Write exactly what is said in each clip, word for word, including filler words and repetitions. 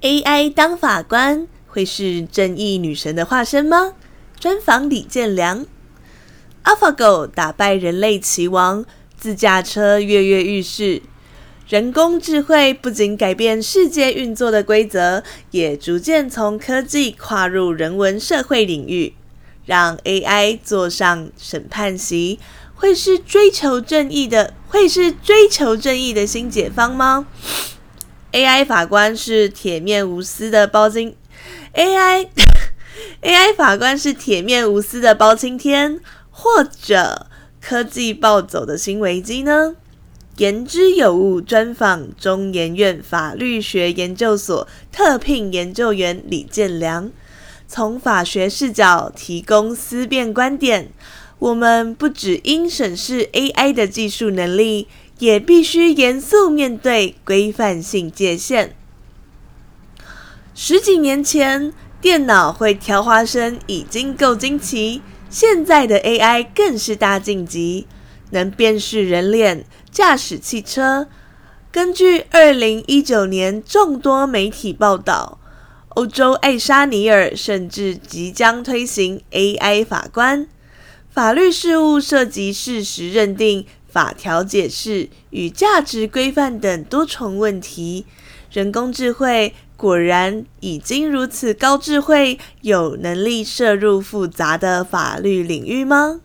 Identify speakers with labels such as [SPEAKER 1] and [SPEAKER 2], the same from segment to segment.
[SPEAKER 1] A I 当法官会是正义女神的化身吗？专访李建良。AlphaGo 打败人类棋王，自驾车跃跃欲试。人工智慧不仅改变世界运作的规则，也逐渐从科技跨入人文社会领域。让 A I 坐上审判席，会是追求正义的，会是追求正义的新解放吗？A I 法官是铁面无私的包青 A I A I 法官是铁面无私的包青天，或者科技暴走的新危机呢？言之有物专访中研院法律学研究所特聘研究员李建良，从法学视角提供思辨观点。我们不只应审视 A I 的技术能力，也必须严肃面对规范性界限。十几年前，电脑会挑花生已经够惊奇，现在的 A I 更是大晋级，能辨识人脸，驾驶汽车。根据二零一九年众多媒体报道，欧洲爱沙尼亚甚至即将推行 A I 法官。法律事务涉及事实认定、法条解释与价值规范等多重问题。人工智慧果然已经如此高智慧，有能力涉入复杂的法律领域吗？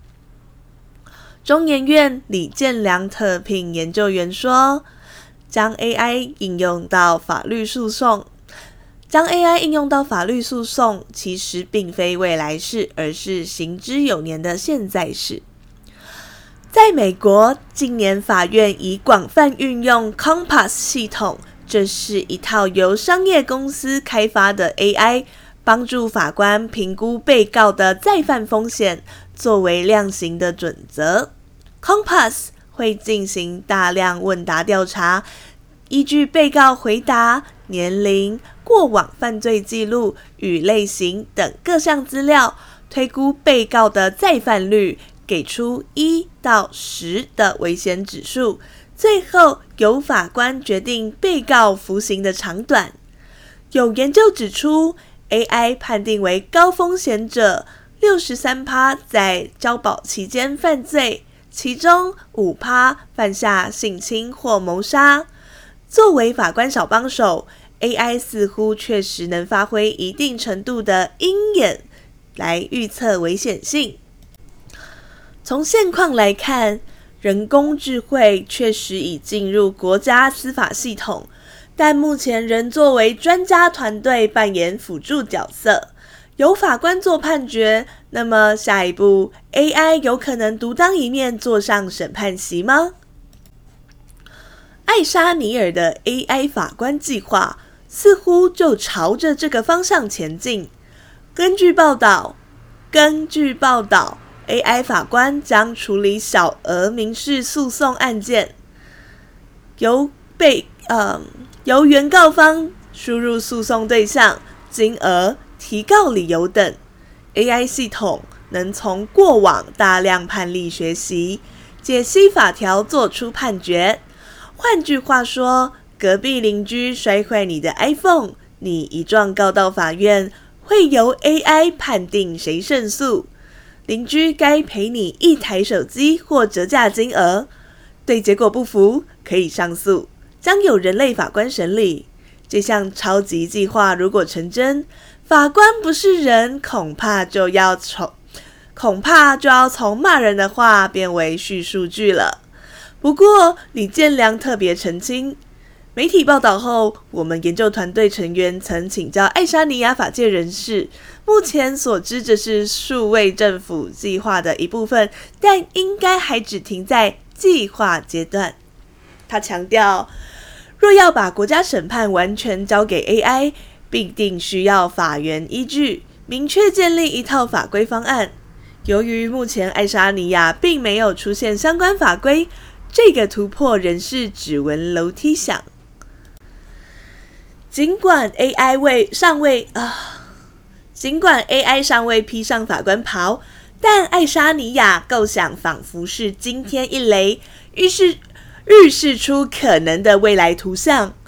[SPEAKER 1] 中研院李建良特聘研究员说，将 A I 应用到法律诉讼将 A I 应用到法律诉讼，其实并非未来事，而是行之有年的现在事。在美国，近年法院已广泛运用 Compass 系统，这是一套由商业公司开发的 A I， 帮助法官评估被告的再犯风险，作为量刑的准则。Compass 会进行大量问答调查，依据被告回答、年龄、过往犯罪记录与类型等各项资料，推估被告的再犯率，给出一到十的危险指数，最后由法官决定被告服刑的长短。有研究指出， A I 判定为高风险者 百分之六十三 在交保期间犯罪，其中 百分之五 犯下性侵或谋杀。作为法官小帮手， A I 似乎确实能发挥一定程度的鹰眼来预测危险性。从现况来看，人工智慧确实已进入国家司法系统，但目前仍作为专家团队扮演辅助角色，由法官做判决。那么下一步 A I 有可能独当一面坐上审判席吗？爱沙尼亚的 A I 法官计划似乎就朝着这个方向前进。根据报道，根据报道 A I 法官将处理小额民事诉讼案件，由被呃由原告方输入诉讼对象、金额、提告理由等。A I 系统能从过往大量判例学习，解析法条，做出判决。换句话说，隔壁邻居摔坏你的 iPhone， 你一状告到法院，会由 A I 判定谁胜诉。邻居该赔你一台手机或折价金额，对结果不服可以上诉，将由人类法官审理。这项超级计划如果成真，法官不是人，恐怕就要从恐怕就要从骂人的话变为叙述句了。不过李建良特别澄清，媒体报道后，我们研究团队成员曾请教爱沙尼亚法界人士，目前所知这是数位政府计划的一部分，但应该还只停在计划阶段。他强调，若要把国家审判完全交给 A I， 必定需要法源依据，明确建立一套法规方案。由于目前爱沙尼亚并没有出现相关法规，这个突破仍是只闻楼梯响。尽管 A I 未尚未啊，尽管 A I 尚未披上法官袍，但爱沙尼亚构想仿佛是惊天一雷，预示预示出可能的未来图像。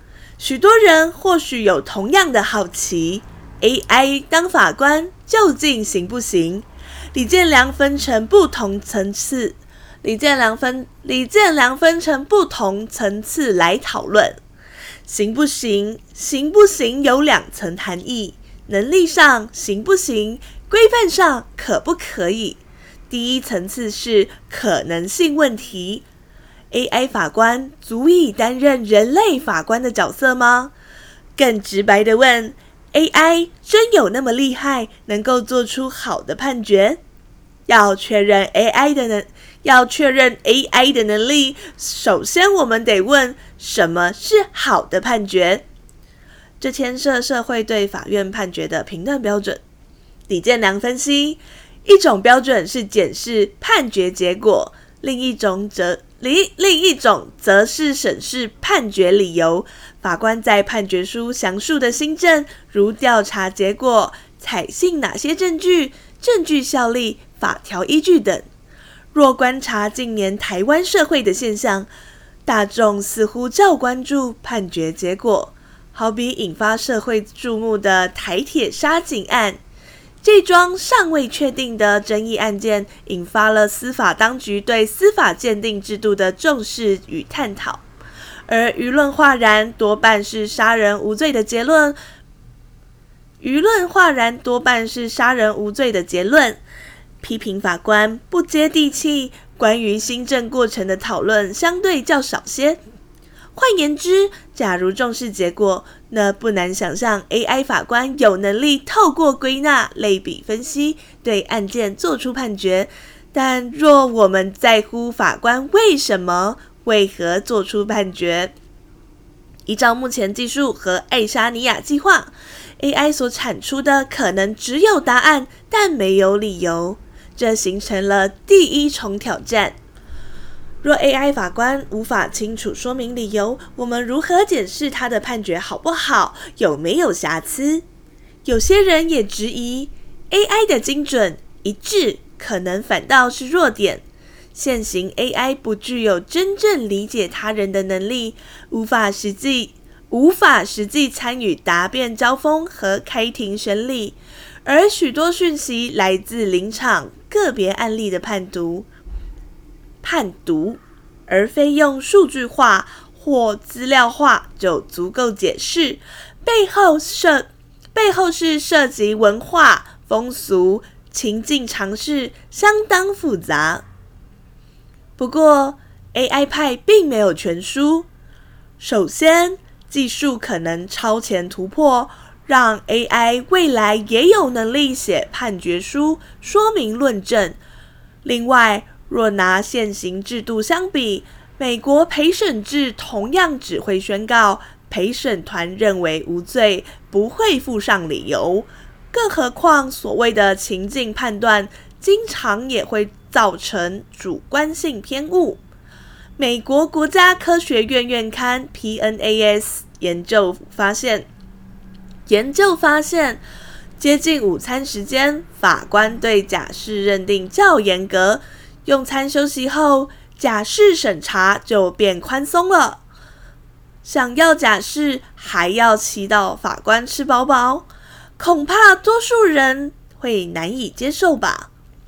[SPEAKER 1] 许多人或许有同样的好奇 ，A I 当法官究竟行不行？李建良分成不同层次，李建良分李建良分成不同层次来讨论。行不行？行不行有两层含义，能力上行不行，规范上可不可以。第一层次是可能性问题。A I 法官足以担任人类法官的角色吗？更直白地问 ，A I 真有那么厉害，能够做出好的判决？要确认 A I 的能，要确认 A I 的能力，首先我们得问什么是好的判决？这牵涉社会对法院判决的评断标准。李建良分析，一种标准是检视判决结果，另一种则另另一种则是审视判决理由。法官在判决书详述的心证，如调查结果、采信哪些证据、证据效力、法条依据等。若观察近年台湾社会的现象，大众似乎较关注判决结果，好比引发社会注目的台铁杀警案。这桩尚未确定的争议案件，引发了司法当局对司法鉴定制度的重视与探讨，而舆论哗然多半是杀人无罪的结论。舆论哗然多半是杀人无罪的结论，批评法官不接地气，关于新政过程的讨论相对较少些。换言之，假如重视结果，那不难想象 A I 法官有能力透过归纳、类比分析，对案件做出判决。但若我们在乎法官为什么、为何做出判决，依照目前技术和爱沙尼亚计划 ，A I 所产出的可能只有答案，但没有理由，这形成了第一重挑战。若 A I 法官无法清楚说明理由，我们如何检视他的判决好不好，有没有瑕疵？有些人也质疑 A I 的精准一致，可能反倒是弱点。现行 A I 不具有真正理解他人的能力，无法实际无法实际参与答辩交锋和开庭审理，而许多讯息来自临场个别案例的判读。判读，而非用数据化或资料化就足够解释，背后涉背后是涉及文化、风俗、情境常识，相当复杂。不过 A I 派并没有全输。首先，技术可能超前突破，让 A I 未来也有能力写判决书、说明论证。另外，若拿现行制度相比，美国陪审制同样只会宣告陪审团认为无罪，不会附上理由。更何况所谓的情境判断，经常也会造成主观性偏误。美国国家科学院院刊 P N A S 研究发现，研究发现，接近午餐时间，法官对假释认定较严格。用餐休息后，假释审查就变宽松了。想要假释，还要祈祷法官吃饱饱，恐怕多数人会难以接受吧。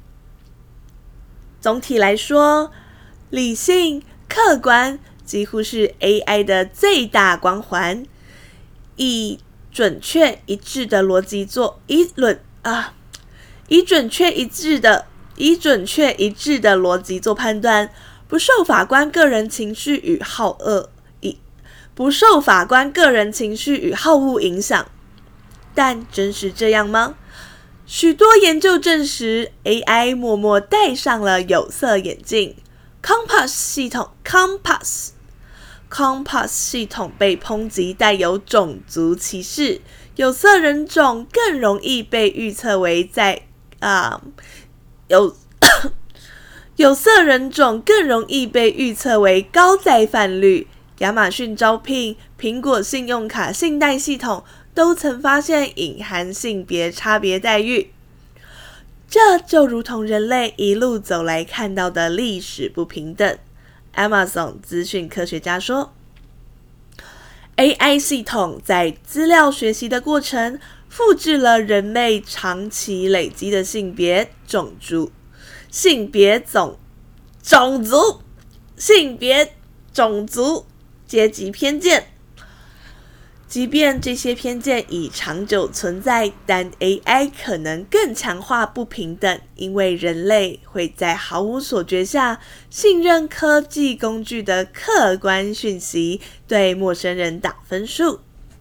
[SPEAKER 1] 总体来说，理性、客观几乎是 A I 的最大光环。以准确一致的逻辑做以论啊，以准确一致的。以准确一致的逻辑做判断，不受法官个人情绪与好恶以不受法官个人情绪与好恶影响。但真是这样吗？许多研究证实 ，A I 默默戴上了有色眼镜 ，Compass 系统 Compass Compass 系统被抨击带有种族歧视，有色人种更容易被预测为在啊。呃有有色人种更容易被预测为高再犯率。亚马逊招聘、苹果信用卡信贷系统都曾发现隐含性别差别待遇。这就如同人类一路走来看到的历史不平等。Amazon 资讯科学家说 A I 系统在资料学习的过程，复制了人类长期累积的性别、种族、性别种、种族、性别、种族、阶级偏见。即便这些偏见已长久存在，但 A I 可能更强化不平等，因为人类会在毫无所觉下信任科技工具的客观讯息，对陌生人打分数。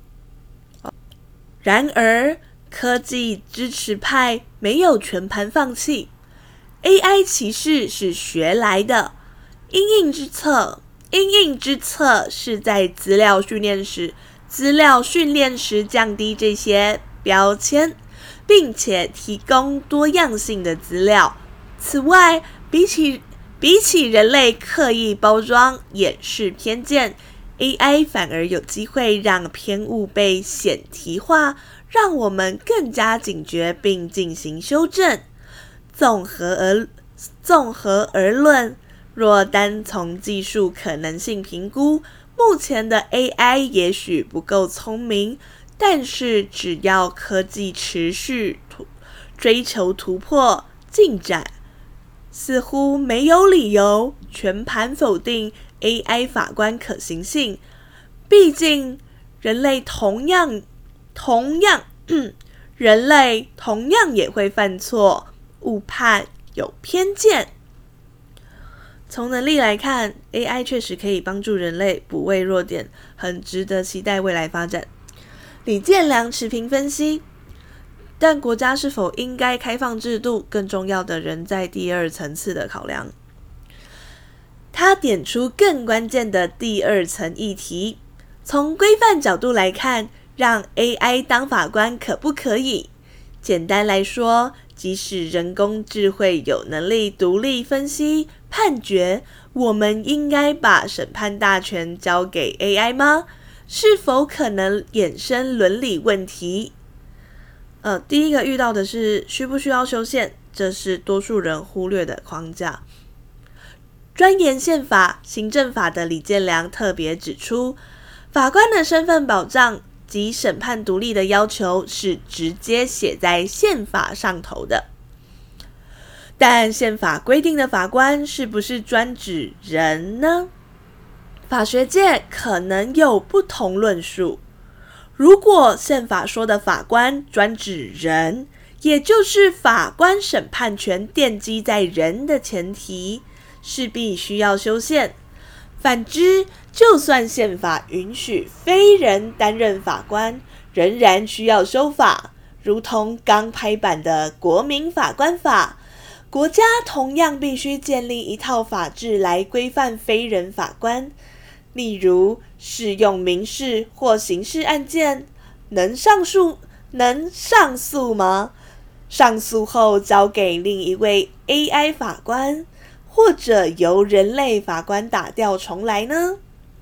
[SPEAKER 1] 然而，科技支持派没有全盘放弃 ，A I 歧视是学来的，因应之策，因应之策是在资料训练时。资料训练时降低这些标签，并且提供多样性的资料。此外，比起比起人类刻意包装、掩饰偏见 ，A I 反而有机会让偏误被显题化，让我们更加警觉并进行修正。综合而综合而论，若单从技术可能性评估，目前的 A I 也许不够聪明，但是只要科技持续追求突破进展，似乎没有理由全盘否定 A I 法官可行性。毕竟，人类同样同样人类同样也会犯错、误判、有偏见。从能力来看 ，A I 确实可以帮助人类补位弱点，很值得期待未来发展。李建良持平分析，但国家是否应该开放制度，更重要的仍在第二层次的考量。他点出更关键的第二层议题，从规范角度来看，让 A I 当法官可不可以？简单来说，即使人工智慧有能力独立分析、判决，我们应该把审判大权交给 A I 吗？是否可能衍生伦理问题？呃，第一个遇到的是需不需要修宪，这是多数人忽略的框架。钻研宪法、行政法的李建良特别指出，法官的身份保障及审判独立的要求是直接写在宪法上头的，但宪法规定的法官是不是专指人呢？法学界可能有不同论述。如果宪法说的法官专指人，也就是法官审判权奠基在人的前提，势必需要修宪。反之，就算宪法允许非人担任法官，仍然需要修法，如同刚拍板的国民法官法，国家同样必须建立一套法制来规范非人法官。例如，适用民事或刑事案件，能上诉能上诉吗？上诉后交给另一位 A I 法官，或者由人类法官打掉重来呢？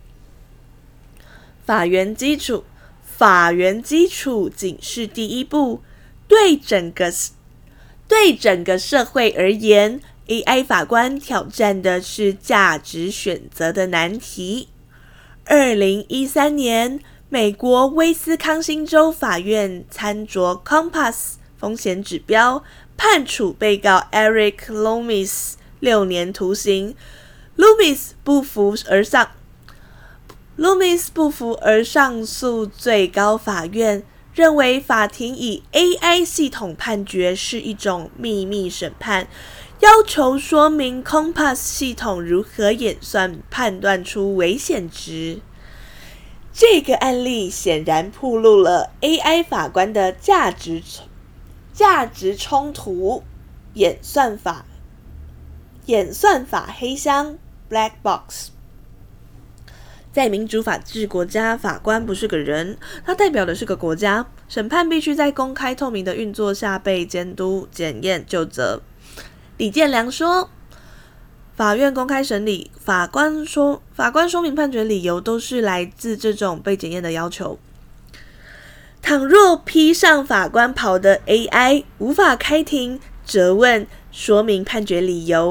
[SPEAKER 1] 法源基础，法源基础仅是第一步，对整个对整个社会而言 ，A I 法官挑战的是价值选择的难题。二零一三年，美国威斯康星州法院参酌 Compass 风险指标，判处被告 Eric Loomis 六年徒刑。Loomis 不服而上 ，Loomis 不服而上诉最高法院，认为法庭以 A I 系统判决是一种秘密审判，要求说明 Compass 系统如何演算判断出危险值。这个案例显然暴露了 A I 法官的价值价值冲突，演算法演算法黑箱 Black Box。在民主法治国家，法官不是个人，它代表的是个国家，审判必须在公开透明的运作下被监督、检验、究责。李建良说，法院公开审理，法官说法官说明判决理由都是来自这种被检验的要求。倘若披上法官袍的 A I 无法开庭、责问、说明判决理由，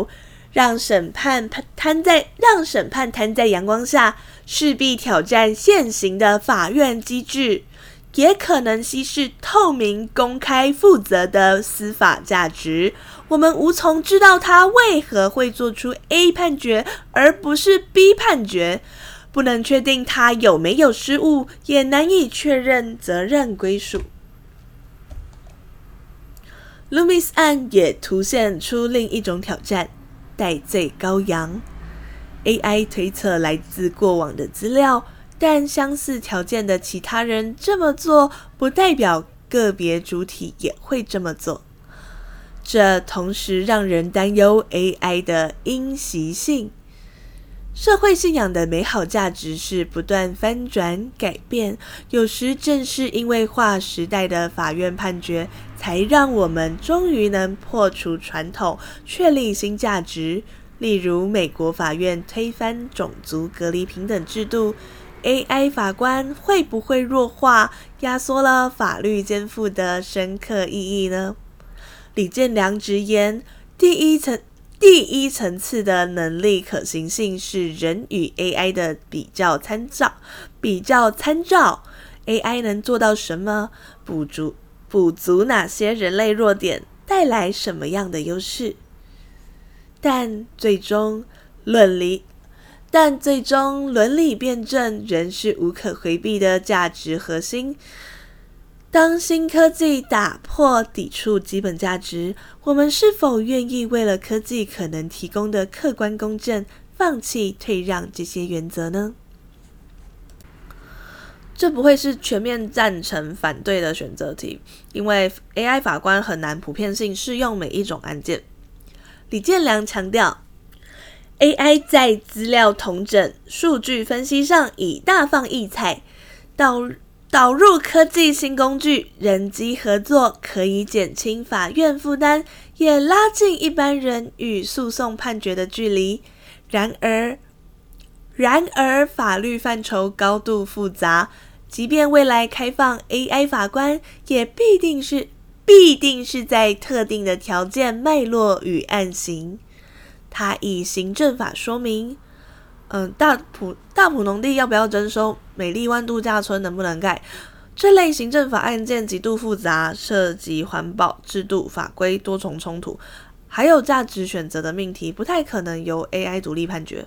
[SPEAKER 1] 让审判摊在让审判摊在阳光下，势必挑战现行的法院机制，也可能稀释透明、公开、负责的司法价值。我们无从知道他为何会做出 A 判决而不是 B 判决，不能确定他有没有失误，也难以确认责任归属。Loomis 案也凸显出另一种挑战，代罪羔羊。A I 推测来自过往的资料，但相似条件的其他人这么做，不代表个别主体也会这么做。这同时让人担忧 A I 的因袭性。社会信仰的美好价值是不断翻转改变，有时正是因为划时代的法院判决，才让我们终于能破除传统，确立新价值。例如美国法院推翻种族隔离平等制度， A I 法官会不会弱化压缩了法律肩负的深刻意义呢？李建良直言，第一层第一层次的能力可行性是人与 A I 的比较参照，比较参照 A I 能做到什么，补足补足哪些人类弱点，带来什么样的优势。但最终伦理但最终伦理辩证仍是无可回避的价值核心。当新科技打破抵触基本价值，我们是否愿意为了科技可能提供的客观公正，放弃退让这些原则呢？这不会是全面赞成反对的选择题，因为 A I 法官很难普遍性适用每一种案件。李建良强调， A I 在资料统整、数据分析上已大放异彩，导导入科技新工具，人机合作可以减轻法院负担，也拉近一般人与诉讼判决的距离。然而，然而法律范畴高度复杂，即便未来开放 A I 法官，也必定是必定是在特定的条件、脉络与案型。他以行政法说明，嗯，大埔大埔农地要不要征收？美丽湾度假村能不能盖？这类行政法案件极度复杂，涉及环保、制度、法规多重冲突，还有价值选择的命题，不太可能由 A I 独立判决。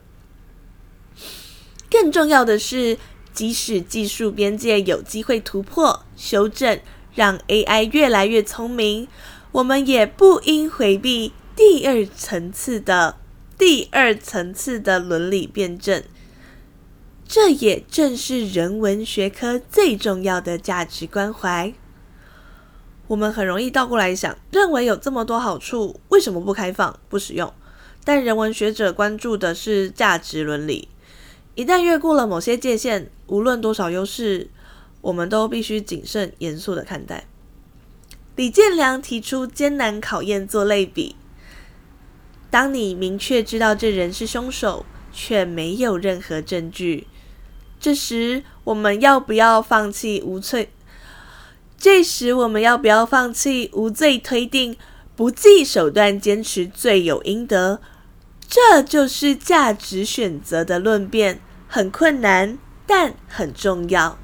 [SPEAKER 1] 更重要的是，即使技术边界有机会突破、修正，让 A I 越来越聪明，我们也不应回避第二层次的第二层次的伦理辩证。这也正是人文学科最重要的价值关怀。我们很容易倒过来想，认为有这么多好处，为什么不开放、不使用？但人文学者关注的是价值伦理，一旦越过了某些界限，无论多少优势，我们都必须谨慎严肃地看待。李建良提出艰难考验做类比，当你明确知道这人是凶手，却没有任何证据，这时我们要不要放弃无罪？这时我们要不要放弃无罪推定，不计手段坚持罪有应得？这就是价值选择的论辩，很困难，但很重要。